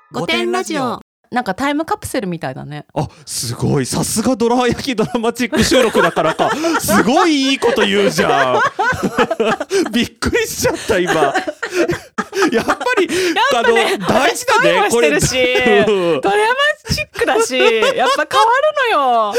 御殿ラジオ。なんかタイムカプセルみたいだね。 あ、すごい、さすがドラ焼きドラマチック収録だからかすごいいいこと言うじゃんびっくりしちゃった今やっぱり大事だねこれ。ドラマチックだしやっぱ変わるのよ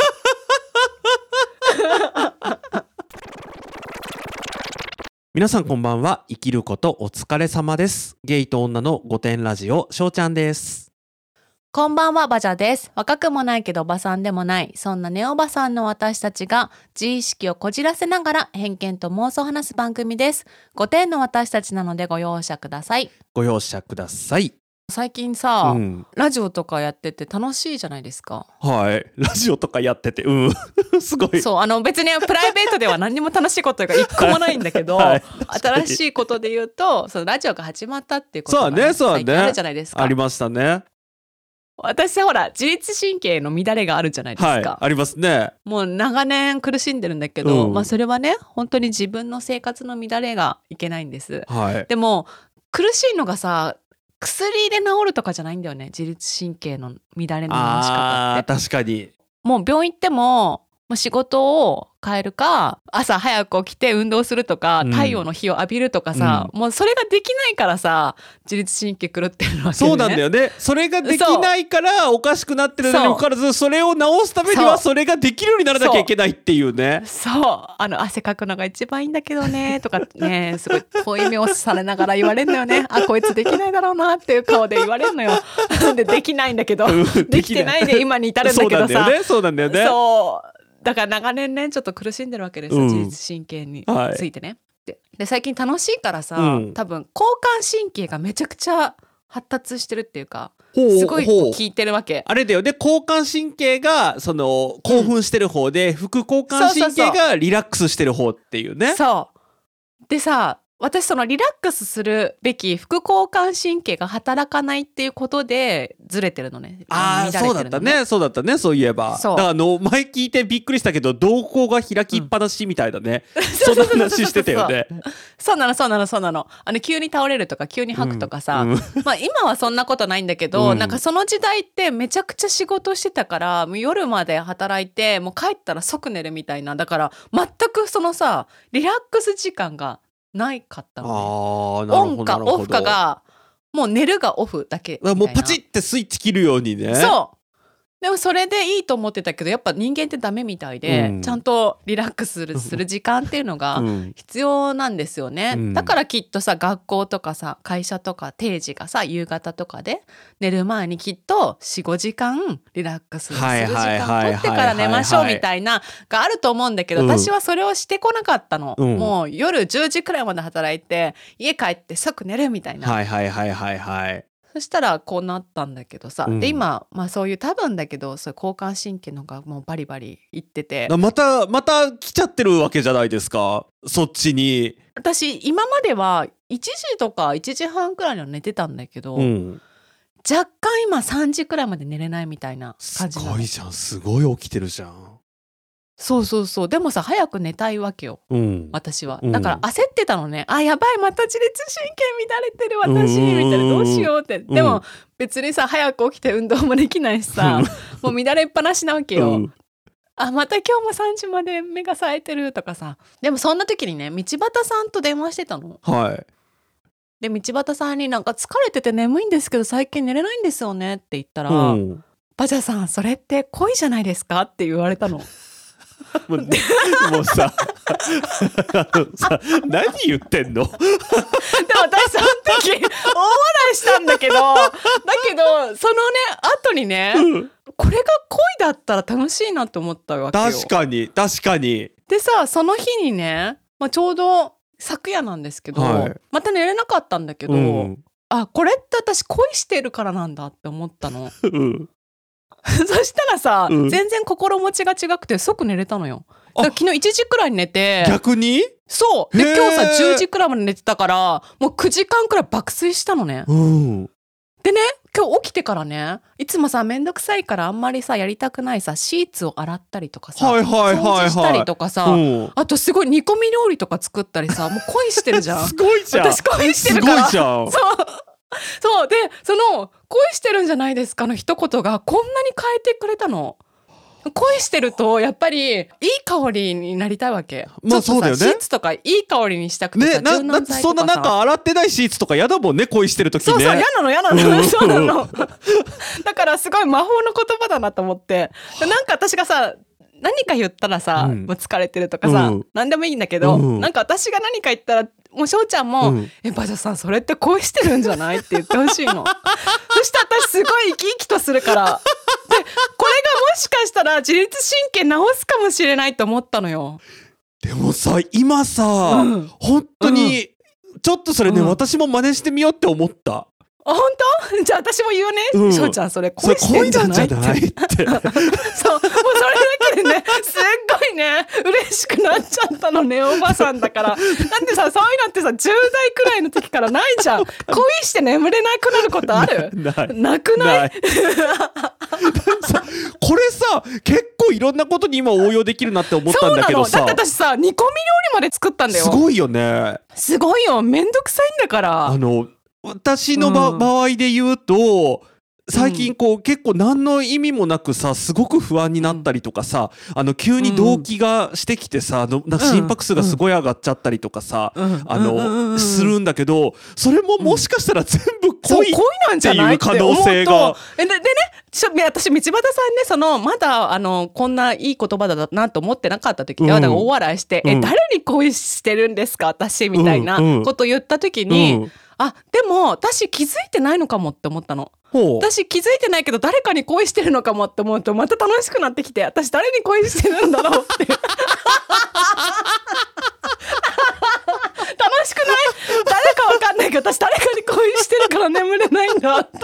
皆さんこんばんは。生きることお疲れ様です。ゲイと女の御殿ラジオ、しょうちゃんです。 こんばんは、バジャです。若くもないけどおばさんでもない、そんなネオバさんの私たちが自意識をこじらせながら偏見と妄想を話す番組です。御殿の私たちなのでご容赦ください。 ご容赦ください。 最近さ、ラジオとかやってて楽しいじゃないですか。 はい、ラジオとかやっててすごい。 そう別にプライベートでは何にも楽しいことが一個もないんだけど、はい、新しいことで言うとそのラジオが始まったっていうことが、ね、最近あるじゃないですか。 ありましたね。 私ほら自律神経の乱れがあるじゃないですか、 はい、ありますね。 もう長年苦しんでるんだけど、それはね本当に自分の生活の乱れがいけないんです、はい、でも苦しいのがさ薬で治るとかじゃないんだよね。自律神経の乱れの治し方って。 確かにもう病院行っても仕事を変えるか朝早く起きて運動するとか、太陽の日を浴びるとかさ、もうそれができないからさ自律神経狂ってるわけね。 そうなんだよね。それができないからおかしくなってるのにもかかわらず、それを治すためにはそれができるようにならなきゃいけないっていうね。 そう汗かくのが一番いいんだけどねとかねすごい遠い目をされながら言われるのよね。こいつできないだろうなっていう顔で言われるのよできないんだけどできてないで今に至るんだけどさそうなんだよね。 だから長年ねちょっと苦しんでるわけですよ、自律神経についてね、はい、で最近楽しいからさ、多分交感神経がめちゃくちゃ発達してるっていうかすごい効いてるわけ。 あれだよね、交感神経がその興奮してる方で、副交感神経がリラックスしてる方っていうね。 そうでさ、私そのリラックスするべき副交感神経が働かないっていうことでずれてるのね。 そうだったねそういえば。だから前聞いてびっくりしたけど瞳孔が開きっぱなしみたいだね、そんな話してたよね。 そうなの急に倒れるとか急に吐くとかさ、今はそんなことないんだけど、なんかその時代ってめちゃくちゃ仕事してたからもう夜まで働いてもう帰ったら即寝るみたいな。だから全くそのさリラックス時間がないかったのね。オンかオフかがもう寝るがオフだけみたいな。 もうパチってスイッチ切るようにね。 そうでもそれでいいと思ってたけどやっぱ人間ってダメみたいで、ちゃんとリラックスする時間っていうのが必要なんですよね、だからきっとさ学校とかさ会社とか定時がさ夕方とかで寝る前にきっと 4,5 時間リラックスする時間取ってから寝ましょうみたいながあると思うんだけど、私はそれをしてこなかったの、もう夜10時くらいまで働いて家帰って即寝るみたいな。そしたらこうなったんだけどさ、で今、そういう多分だけどそういう交感神経のがもうバリバリいっててまた来ちゃってるわけじゃないですか、そっちに。 私今までは1時とか1時半くらいの寝てたんだけど、若干今3時くらいまで寝れないみたいな感じなの。 すごいじゃん、すごい起きてるじゃん。 そうでもさ早く寝たいわけよ、私は。だから焦ってたのね。やばいまた自律神経乱れてる私、みたいな、どうしようって。でも別にさ早く起きて運動もできないしさもう乱れっぱなしなわけよ、また今日も3時まで目が冴えてるとかさ。でもそんな時にね道端さんと電話してたの。で道端さんになんか疲れてて眠いんですけど最近寝れないんですよねって言ったら、バジャさんそれって恋じゃないですかって言われたのもうさ何言ってんのでも私その時大笑いしたんだけどそのね後にね、これが恋だったら楽しいなって思ったわけよ。 確かにでさその日にね、ちょうど昨夜なんですけど、また寝れなかったんだけど、これって私恋してるからなんだって思ったのそしたらさ、全然心持ちが違くて即寝れたのよ。だから昨日1時くらいに寝て。 逆に？ そうで今日さ10時くらいまで寝てたからもう9時間くらい爆睡したのね、でね今日起きてからねいつもさめんどくさいからあんまりさやりたくないさシーツを洗ったりとかさ、掃除したりとかさ、あとすごい煮込み料理とか作ったりさもう恋してるじゃんすごいじゃん。 私恋してるからすごいじゃん。 そうそうで、その恋してるんじゃないですかの一言がこんなに変えてくれたの。恋してるとやっぱりいい香りになりたいわけ。 まあそうだよね。 シーツとかいい香りにしたくてさ、柔軟剤とかさ、 そんななんか洗ってないシーツとか嫌だもんね、恋してる時ね。 そうそう、嫌なのそうなのだからすごい魔法の言葉だなと思って、なんか私がさ何か言ったらさ、もう疲れてるとかさ、何でもいいんだけど、なんか私が何か言ったらもう翔ちゃんも、バジャさんそれって恋してるんじゃないって言ってほしいのそして私すごい生き生きとするから、でこれがもしかしたら自律神経直すかもしれないと思ったのよ。 でもさ今さ、本当に、ちょっとそれね、私も真似してみようって思った。 本当？じゃあ私も言うね。翔ちゃんそれ恋してんじゃないって。そう、もうそれだけでね、すっごいね嬉しくなっちゃったのね、おばさんだから。だってさ、そういうのってさ10代くらいの時からないじゃん。恋して眠れなくなることある？なくない？ これさ結構いろんなことに今応用できるなって思ったんだけどさ。 だって私さ煮込み料理まで作ったんだよ。 すごいよね。 すごいよ、めんどくさいんだから。 私の場合で言うと最近こう結構何の意味もなくさすごく不安になったりとかさ、急に動悸がしてきてさ、なんか心拍数がすごい上がっちゃったりとかさ、するんだけど、それももしかしたら全部恋っていう可能性が。 でね、私道端さんね、まだこんないい言葉だなと思ってなかった時は、だから大笑いして「誰に恋してるんですか私」みたいなこと言った時に、でも私気づいてないのかもって思ったの。私気づいてないけど誰かに恋してるのかもって思うとまた楽しくなってきて、私誰に恋してるんだろうって楽しくない？誰かわかんないけど私誰かに恋してるから眠れないんだって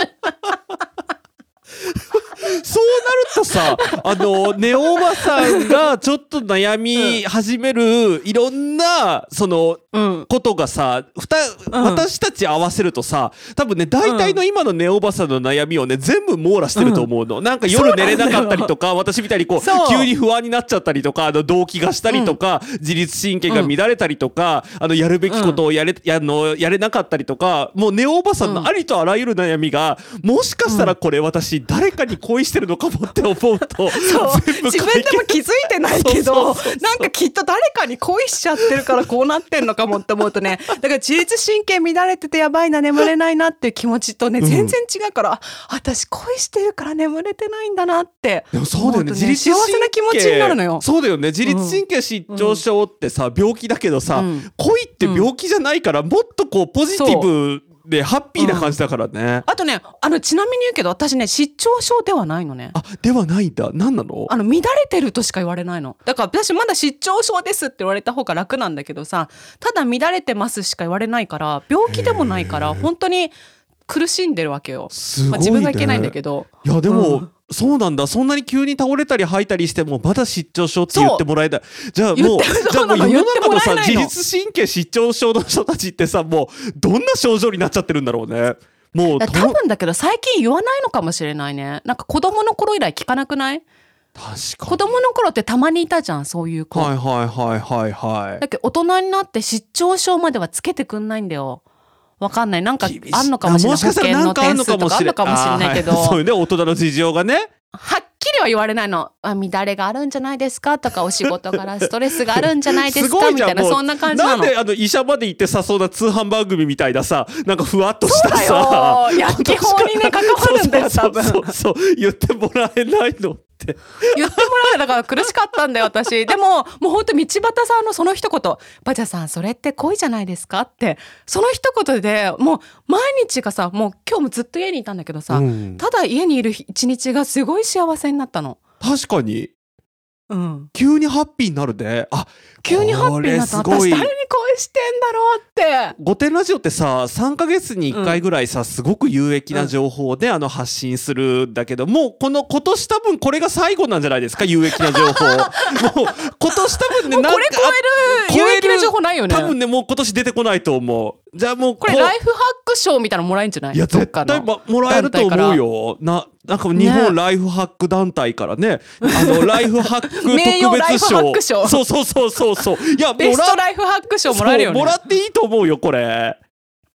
そうなるとさ、ネオおばさんがちょっと悩み始めるいろんなそのことがさ、私たち合わせるとさ、多分ね大体の今のネオおばさんの悩みをね全部網羅してると思うの。なんか夜寝れなかったりとか、私みたいにこう急に不安になっちゃったりとか、動悸がしたりとか、自律神経が乱れたりとか、やるべきことをやれなかったりとか、もうネオおばさんのありとあらゆる悩みが、もしかしたらこれ私誰かに恋してるのかもって思うと、 自分でも気づいてないけど、なんかきっと誰かに恋しちゃってるからこうなってんのかもって思うとね、だから自律神経乱れててやばいな、眠れないなっていう気持ちとね全然違うから、私恋してるから眠れてないんだなって思うとね、 そうだよね、自律神経幸せな気持ちになるのよ。 そうだよね、自律神経失調症ってさ、病気だけどさ、恋って病気じゃないから、もっとこうポジティブでハッピーな感じだからね。 あとね、ちなみに言うけど私ね失調症ではないのね。 ではないんだ。何なの？ 乱れてるとしか言われないの。だから私まだ失調症ですって言われた方が楽なんだけどさ、ただ乱れてますしか言われないから、病気でもないから本当に苦しんでるわけよ。 すごいね。 自分がいけないんだけど。 いやでも、そうなんだ。そんなに急に倒れたり吐いたりしてもまだ失調症って言ってもらえない。じゃあもう世の中のさ、自律神経失調症の人たちってさ、もうどんな症状になっちゃってるんだろうね。もう多分だけど最近言わないのかもしれないね。なんか子供の頃以来聞かなくない？ 確かに。 子供の頃ってたまにいたじゃん、そういう子。 はいはいはいはいはい。 だけど大人になって失調症まではつけてくんないんだよ。わかんない、なんかあんのかもしれない。保険の点数とかあんのかもしれないけど、 そういうね、大人の事情がね。 はっきりは言われないの。乱れがあるんじゃないですかとか、お仕事からストレスがあるんじゃないですかみたいな、そんな感じなの。 なんで医者まで行ってさ、そうな通販番組みたいなさ、なんかふわっとしたさ、 そうだよ、薬法にね関わるんだよ多分。 そう言ってもらえないのって言ってもらう。だから苦しかったんだよ私。でももうほんと道端さんのその一言、バジャさんそれって恋じゃないですかって、その一言でもう毎日がさ、もう今日もずっと家にいたんだけどさ、ただ家にいる一日がすごい幸せになったの。 確かに、急にハッピーになるね。 急にハッピーになった。私誰に恋してんだろうって。 御殿ラジオってさ、3ヶ月に1回ぐらいさ、すごく有益な情報で発信するんだけど、もう今年多分これが最後なんじゃないですか、有益な情報。もう今年多分ね、 もうこれ超える有益な情報ないよね。 多分ね、もう今年出てこないと思う。じゃあもうこれライフハック賞みたいなのもらえるんじゃない？ いや絶対もらえると思うよ。なんか日本ライフハック団体からね、ライフハック特別賞。そう。いやベストライフハック賞もらえるよね。 もらっていいと思うよこれ。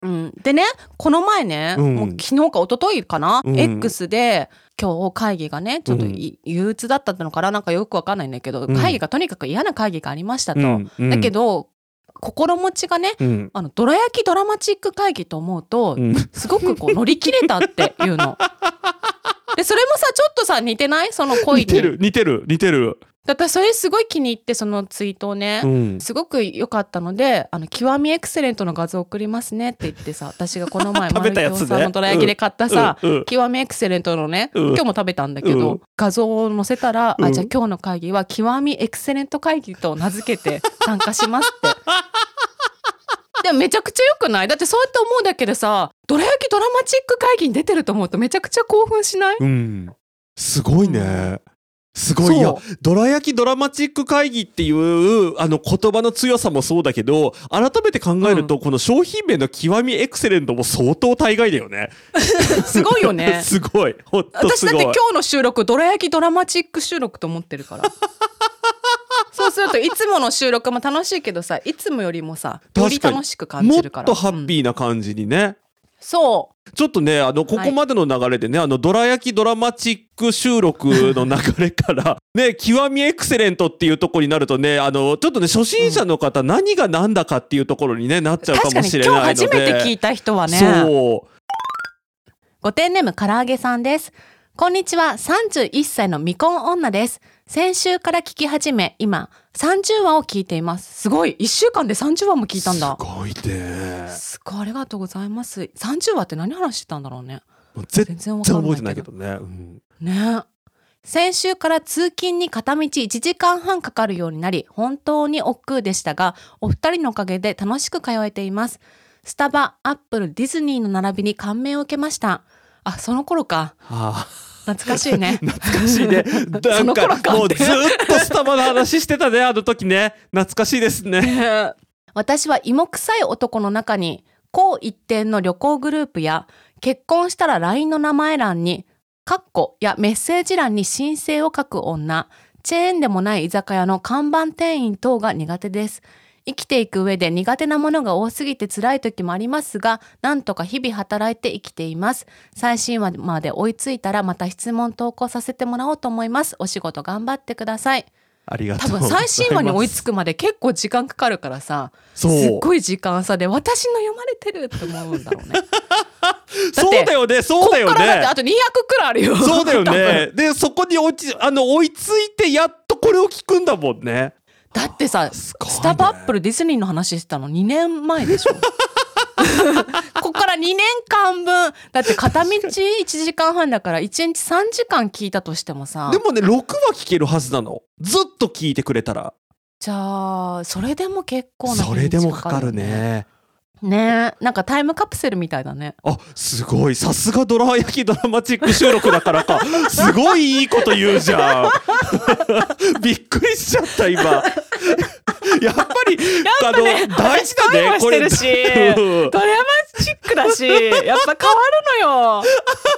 でね、この前ね、もう昨日か一昨日かな、X で今日会議がねちょっと憂鬱だったのからなんかよくわかんないんだけど、会議がとにかく嫌な会議がありましたと、だけど心持ちがね、どら焼きドラマチック会議と思うと、すごくこう乗り切れたっていうので、それもさちょっとさ似てない？その恋に似てる。 だからそれすごい気に入って、そのツイートをね、すごく良かったので、極みエクセレントの画像送りますねって言ってさ、私がこの前食べたやつね、 マルキョウさんのどら焼きで買ったさ、極みエクセレントのね、今日も食べたんだけど、画像を載せたら、じゃあ今日の会議は極みエクセレント会議と名付けて参加しますってでもめちゃくちゃ良くない？だってそうやって思うだけでさ、どら焼きドラマチック会議に出てると思うとめちゃくちゃ興奮しない？ すごいね、すごい。いや、どら焼きドラマチック会議っていう言葉の強さもそうだけど、改めて考えると、この商品名の極みエクセレントも相当大概だよねすごいよねすごい、ほんとすごい。 私だって今日の収録どら焼きドラマチック収録と思ってるからそうするといつもの収録も楽しいけどさ、いつもよりもさより楽しく感じるから、 もっとハッピーな感じにね、 そうちょっとね、ここまでの流れでね、どら焼きドラマチック収録の流れからね、極みエクセレントっていうところになるとね、ちょっとね、初心者の方、何が何だかっていうところにねなっちゃうかもしれないので、 確かに今日初めて聞いた人はね。 そう。 ごてんネームからあげさんです。こんにちは、31歳の未婚女です。先週から聞き始め、今30話を聞いています。すごい、1週間で30話も聞いたんだ。 すごいね。 すごい、ありがとうございます。30話って何話してたんだろうね。 全然覚えてないけどね、 ね。先週から通勤に片道1時間半かかるようになり、本当に億劫でしたが、お二人のおかげで楽しく通えています。スタバ、アップル、ディズニーの並びに感銘を受けました。あ、その頃か。懐かしいね。 懐かしいね。なんかもうずっとスタバの話してたね、あの時ね。懐かしいですね。 私は芋臭い男の中に、高一点の旅行グループや、結婚したら LINE の名前欄に、カッコやメッセージ欄に申請を書く女、チェーンでもない居酒屋の看板店員等が苦手です。生きていく上で苦手なものが多すぎて辛い時もありますが、なんとか日々働いて生きています。最新話まで追いついたらまた質問投稿させてもらおうと思います。お仕事頑張ってください。 ありがとうございます。 多分最新話に追いつくまで結構時間かかるからさ、すっごい時間差で私の読まれてるって思うんだろうねそうだよね、そうだよね。こっからだってあと200くらいあるよ。 そうだよね。でそこに追いついてやっとこれを聞くんだもんね。 だってさ、スタバ、アップル、ディズニーの話してたの2年前でしょこっから2年間分だって片道1時間半だから1日3時間聞いたとしてもさ、 でもね6話聞けるはずなの、ずっと聞いてくれたら。 じゃあそれでも結構なそれでもかかるね。 ねえ、なんかタイムカプセルみたいだね。 あ、すごい、さすがどら焼きドラマチック収録だからかすごいいいこと言うじゃんびっくりしちゃった今やっぱり大事だね、これしてるしドラマチックだしやっぱ変わるのよ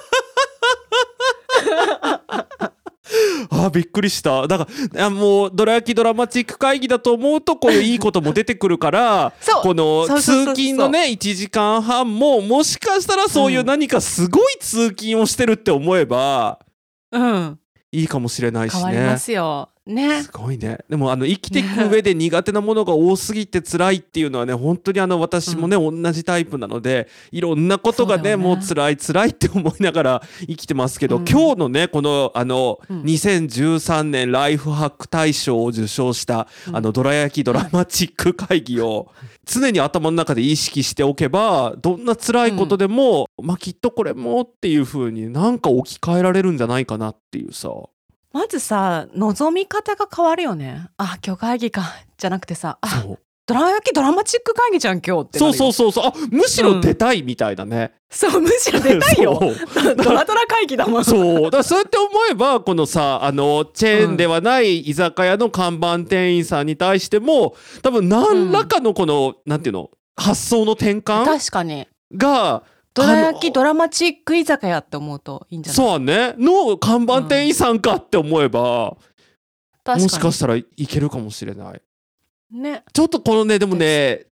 びっくりした。だからもうどら焼きドラマチック会議だと思うとこういういいことも出てくるからこの通勤のね1時間半ももしかしたらそういう何かすごい通勤をしてるって思えば、いいかもしれないしね。 変わりますよね。 すごいね。でも生きていく上で苦手なものが多すぎて辛いっていうのはね、本当に私もね、同じタイプなのでいろんなことが ねもう辛いって思いながら生きてますけど、今日のねこの2013年ライフハック大賞を受賞したどら焼きドラマチック会議を常に頭の中で意識しておけば、どんな辛いことでも、きっとこれもっていう風になんか置き換えられるんじゃないかなっていうさ。 まずさ、望み方が変わるよね。あ、今日会議かじゃなくてさ、どら焼きドラマチック会議じゃん今日ってなるよ。 そうむしろ出たいみたいだね、 そうむしろ出たいよドラ会議だもん。 そうやって思えばこのさチェーンではない居酒屋の看板店員さんに対しても多分何らかのこの、なんていうの、発想の転換確かにがどら焼きドラマチック居酒屋って思うといいんじゃない？ そうねの看板店員さんかって思えば、もしかしたらいけるかもしれないね。ちょっとこのねでもね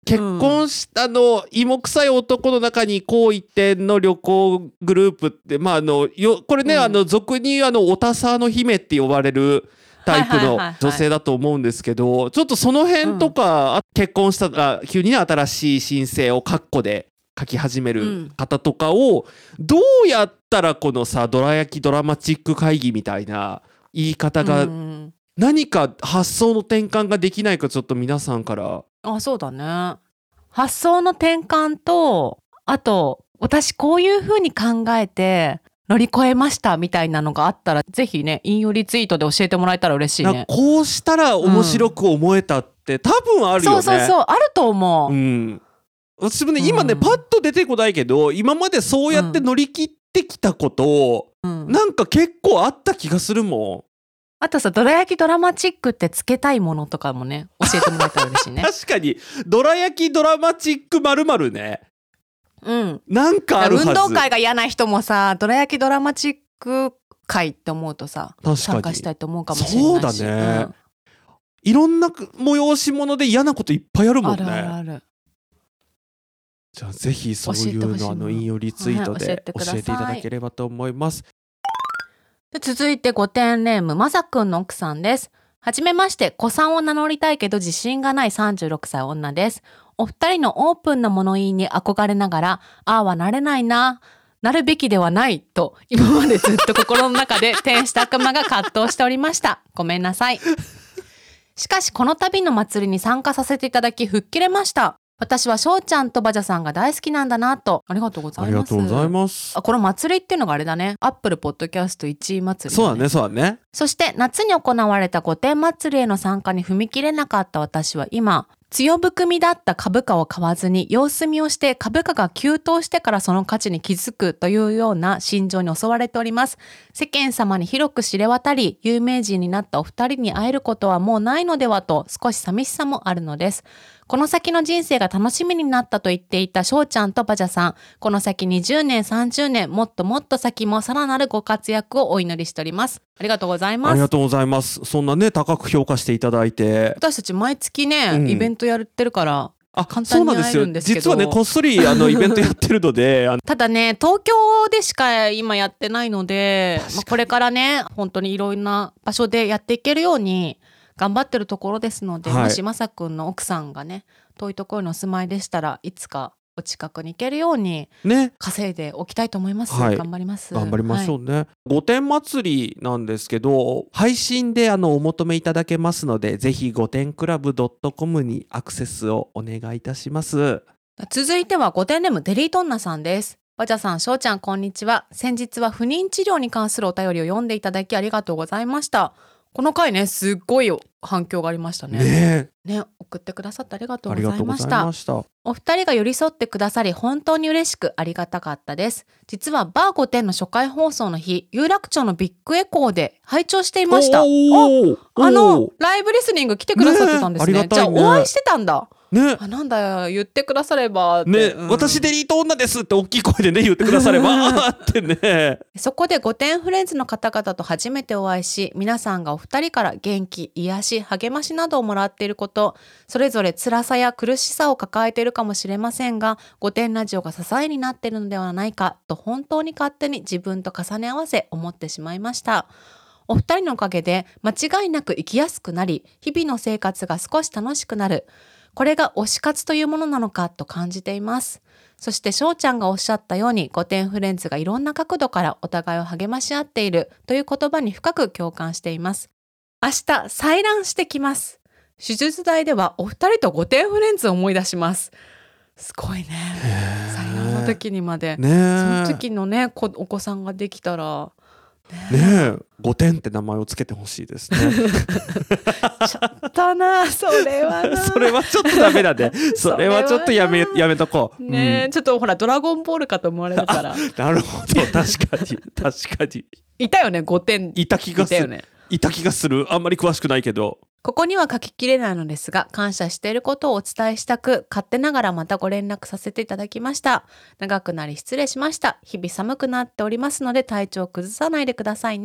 結婚した芋臭い男の中に好一点の旅行グループって、これね、俗におたさの姫って呼ばれるタイプの女性だと思うんですけど、ちょっとその辺とか、結婚したら急にね新しい申請をカッコで書き始める方とかを、どうやったらこのさどら焼きドラマチック会議みたいな言い方が、何か発想の転換ができないか、ちょっと皆さんから。 そうだね。発想の転換と、あと私こういう風に考えて乗り越えましたみたいなのがあったら、ぜひね引用リツイートで教えてもらえたら嬉しいね。 こうしたら面白く思えたって、多分あるよね。 そうあると思う。私もね、今ねパッと出てこないけど、今までそうやって乗り切ってきたことを、なんか結構あった気がするもん。 あとさ、どら焼きドラマチックってつけたいものとかもね教えてもらえたら嬉しいね。 確かにどら焼きドラマチック○○ね。なんかあるはず。 運動会が嫌な人もさ、どら焼きドラマチック会って思うとさ、参加したいと思うかもしれないし。 そうだね、いろんな催し物で嫌なこといっぱいあるもんね。 ある。 じゃあぜひそういうの引用リツイートで教えていただければと思います。 で続いて5点ネームまさくんの奥さんです。はじめまして、子さんを名乗りたいけど自信がない36歳女です。お二人のオープンな物言いに憧れながら、ああはなれないな、なるべきではないと今までずっと心の中で天使と悪魔が葛藤しておりました。ごめんなさい。しかしこの度の祭りに参加させていただき吹っ切れました。私は翔ちゃんとバジャさんが大好きなんだなと。ありがとうございます。 ありがとうございます。 この祭りっていうのがあれだね、アップルポッドキャスト1位祭り、 そうだね。 そして夏に行われた御殿祭りへの参加に踏み切れなかった私は今、強含みだった株価を買わずに様子見をして株価が急騰してからその価値に気づくというような心情に襲われております。世間様に広く知れ渡り有名人になったお二人に会えることはもうないのではと少し寂しさもあるのです。この先の人生が楽しみになったと言っていた翔ちゃんとバジャさん、この先20年30年もっともっと先もさらなるご活躍をお祈りしております。ありがとうございます。 ありがとうございます。そんなね高く評価していただいて、 私たち毎月ね、イベントやってるから簡単に会えるんですけど、 実はねこっそりイベントやってるのでただね東京でしか今やってないので、これからね本当にいろんな場所でやっていけるように頑張ってるところですので、もしまさくんの奥さんがね遠いところにお住まいでしたらいつかお近くに行けるように稼いでおきたいと思います。頑張ります。 頑張りましょうね。御殿祭りなんですけど、配信でお求めいただけますので、ぜひ御殿クラブ .com にアクセスをお願いいたします。 続いては御殿ネームデリートンナさんです。バジャさん、翔ちゃん、こんにちは。先日は不妊治療に関するお便りを読んでいただきありがとうございました。この回ねすっごい反響がありましたね。送ってくださってありがとうございました。お二人が寄り添ってくださり本当に嬉しくありがたかったです。実はバー御殿の初回放送の日、有楽町のビッグエコーで拝聴していました。ライブリスニング来てくださってたんですね。じゃあお会いしてたんだね。なんだ言ってくださればって私デリート女ですって大きい声でね言ってくださればってね。 そこで御殿フレンズの方々と初めてお会いし、皆さんがお二人から元気、癒し、励ましなどをもらっていること、それぞれ辛さや苦しさを抱えているかもしれませんが、御殿ラジオが支えになっているのではないかと本当に勝手に自分と重ね合わせ思ってしまいました。お二人のおかげで間違いなく生きやすくなり、日々の生活が少し楽しくなる。これが推し活というものなのかと感じています。そして翔ちゃんがおっしゃったように、御殿フレンズがいろんな角度からお互いを励まし合っているという言葉に深く共感しています。明日採卵してきます。手術台ではお二人と御殿フレンズを思い出します。すごいね。採卵の時にまで、その時のねお子さんができたら御殿って名前をつけてほしいですね。 ちょっとな、それはなそれはちょっとダメだね。それはちょっとやめとこうね。ちょっとほらドラゴンボールかと思われるから。 なるほど、確かにいたよね、御殿いた気がする。あんまり詳しくないけど、 ここには書ききれないのですが、感謝していることをお伝えしたく、勝手ながらまたご連絡させていただきました。長くなり失礼しました。日々寒くなっておりますので体調を崩さないでくださいね。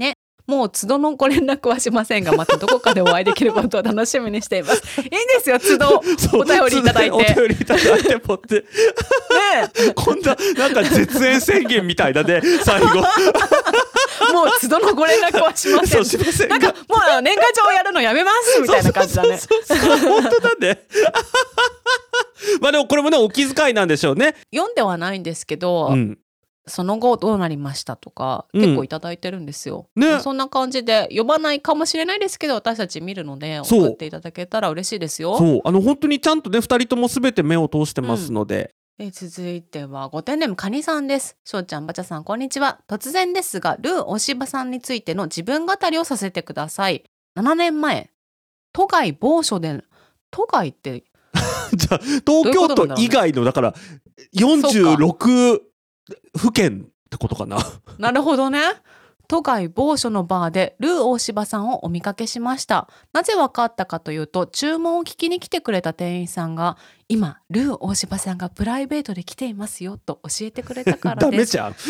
もう都度のご連絡はしませんが、またどこかでお会いできることを楽しみにしています。いいんですよ、都度お便りいただいて。 お便りいただいてもってねこんななんか絶縁宣言みたいだね最後もう都度のご連絡はしません。 しませんなんかもう年賀状やるのやめますみたいな感じだね。 本当だねまあでもこれもねお気遣いなんでしょうね。 読んではないんですけど、その後どうなりましたとか結構いただいてるんですよ、ね、そんな感じで読まないかもしれないですけど私たち見るので送っていただけたら嬉しいですよ。 そう本当にちゃんとね2人とも全て目を通してますので、 続いては5点ネームカニさんです。しょうちゃんばちゃさんこんにちは。突然ですがルー大柴さんについての自分語りをさせてください。7年前都外某所で都外ってじゃあ東京都以外のだから46府県ってことかな。 なるほどね。都外某所のバーでルー大柴さんをお見かけしました。なぜ分かったかというと注文を聞きに来てくれた店員さんが今ルー大柴さんがプライベートで来ていますよと教えてくれたからです。ダメ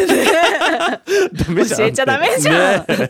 じゃん教えちゃダメじゃん、ね、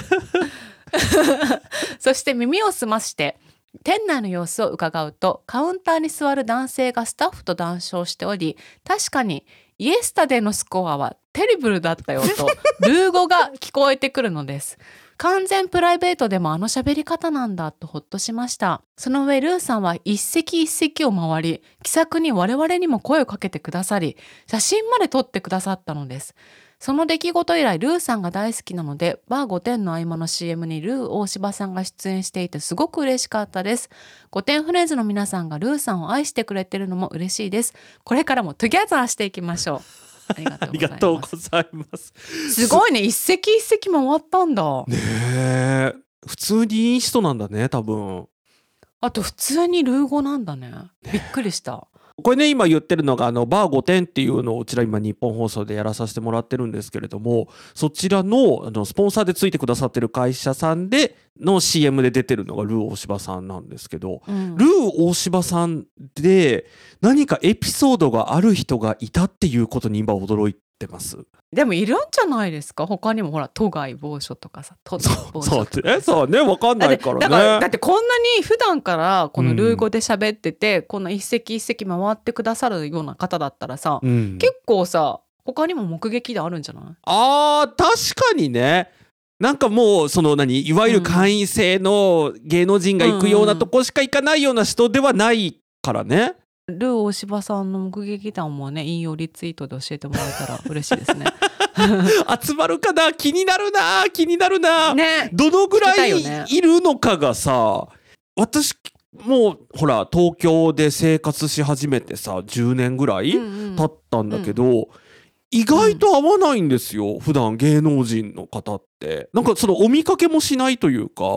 そして耳を澄まして店内の様子を伺うとカウンターに座る男性がスタッフと談笑しており、確かにイエスタデーのスコアはテリブルだったよとルー語が聞こえてくるのです。完全プライベートでもあの喋り方なんだとほっとしました。その上ルーさんは一席一席を回り気さくに我々にも声をかけてくださり写真まで撮ってくださったのです。その出来事以来ルーさんが大好きなのでバー5点の合間の CM にルー大柴さんが出演していてすごく嬉しかったです。5点フレーズの皆さんがルーさんを愛してくれてるのも嬉しいです。これからもトゥギャザーしていきましょう。ありがとうございます。すごいね、一席一席回ったんだね。 え普通にいい人なんだね多分。 あと普通にルー語なんだね。びっくりした。 これね今言ってるのがバー5点っていうのをうちら今日本放送でやらさせてもらってるんですけれども、そちらのスポンサーでついてくださってる会社さんでの CM で出てるのがルー大柴さんなんですけど、ルー大柴さんで何かエピソードがある人がいたっていうことに今驚いてます。 でもいるんじゃないですか。他にもほら都外某所とかさ都某所とかそうね分かんないからね。 だってこんなに普段からこのルー語で喋ってて、この一席一席回ってくださるような方だったらさ、結構さ他にも目撃であるんじゃない？ 確かにね。なんかもういわゆる会員制の芸能人が行くようなとこしか行かないような人ではないからね。 ルー大柴さんの目撃談もね引用リツイートで教えてもらえたら嬉しいですね。 集まるかな、気になるな、 ね、 どのぐらいいるのかがさ、私もうほら東京で生活し始めてさ10年ぐらい経ったんだけど、意外と会わないんですよ、普段芸能人の方って。なんかお見かけもしないというか。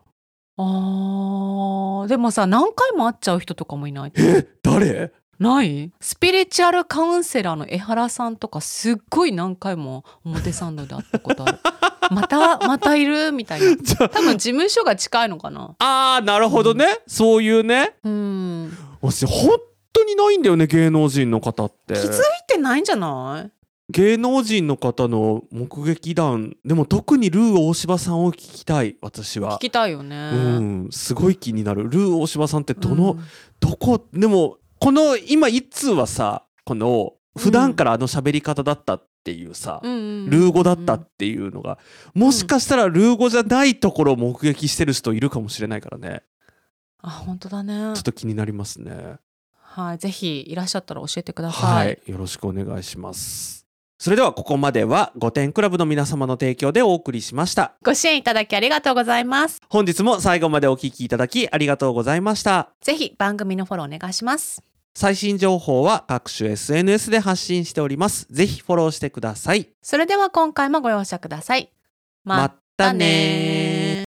でもさ何回も会っちゃう人とかもいない？ 誰？ ないスピリチュアルカウンセラーの江原さんとかすっごい何回も表参道で会ったことある。またいるみたいな。多分事務所が近いのかな。 なるほどね、そういうね。私本当にないんだよね芸能人の方って。 気づいてないんじゃない？ 芸能人の方の目撃談でも特にルー大柴さんを聞きたい。私は聞きたいよね。 すごい気になる。ルー大柴さんってどこでもこの今一通はさこの普段から喋り方だったっていうさ、ルー語だったっていうのがもしかしたらルー語じゃないところを目撃してる人いるかもしれないからね。 本当だね。 ちょっと気になりますね。 はい、ぜひいらっしゃったら教えてください。はい、 よろしくお願いします。それではここまでは5点クラブの皆様の提供でお送りしました。 ご支援いただきありがとうございます。 本日も最後までお聞きいただきありがとうございました。 ぜひ番組のフォローお願いします。 最新情報は各種 SNS で発信しております。ぜひフォローしてください。 それでは今回もご容赦ください。 またね。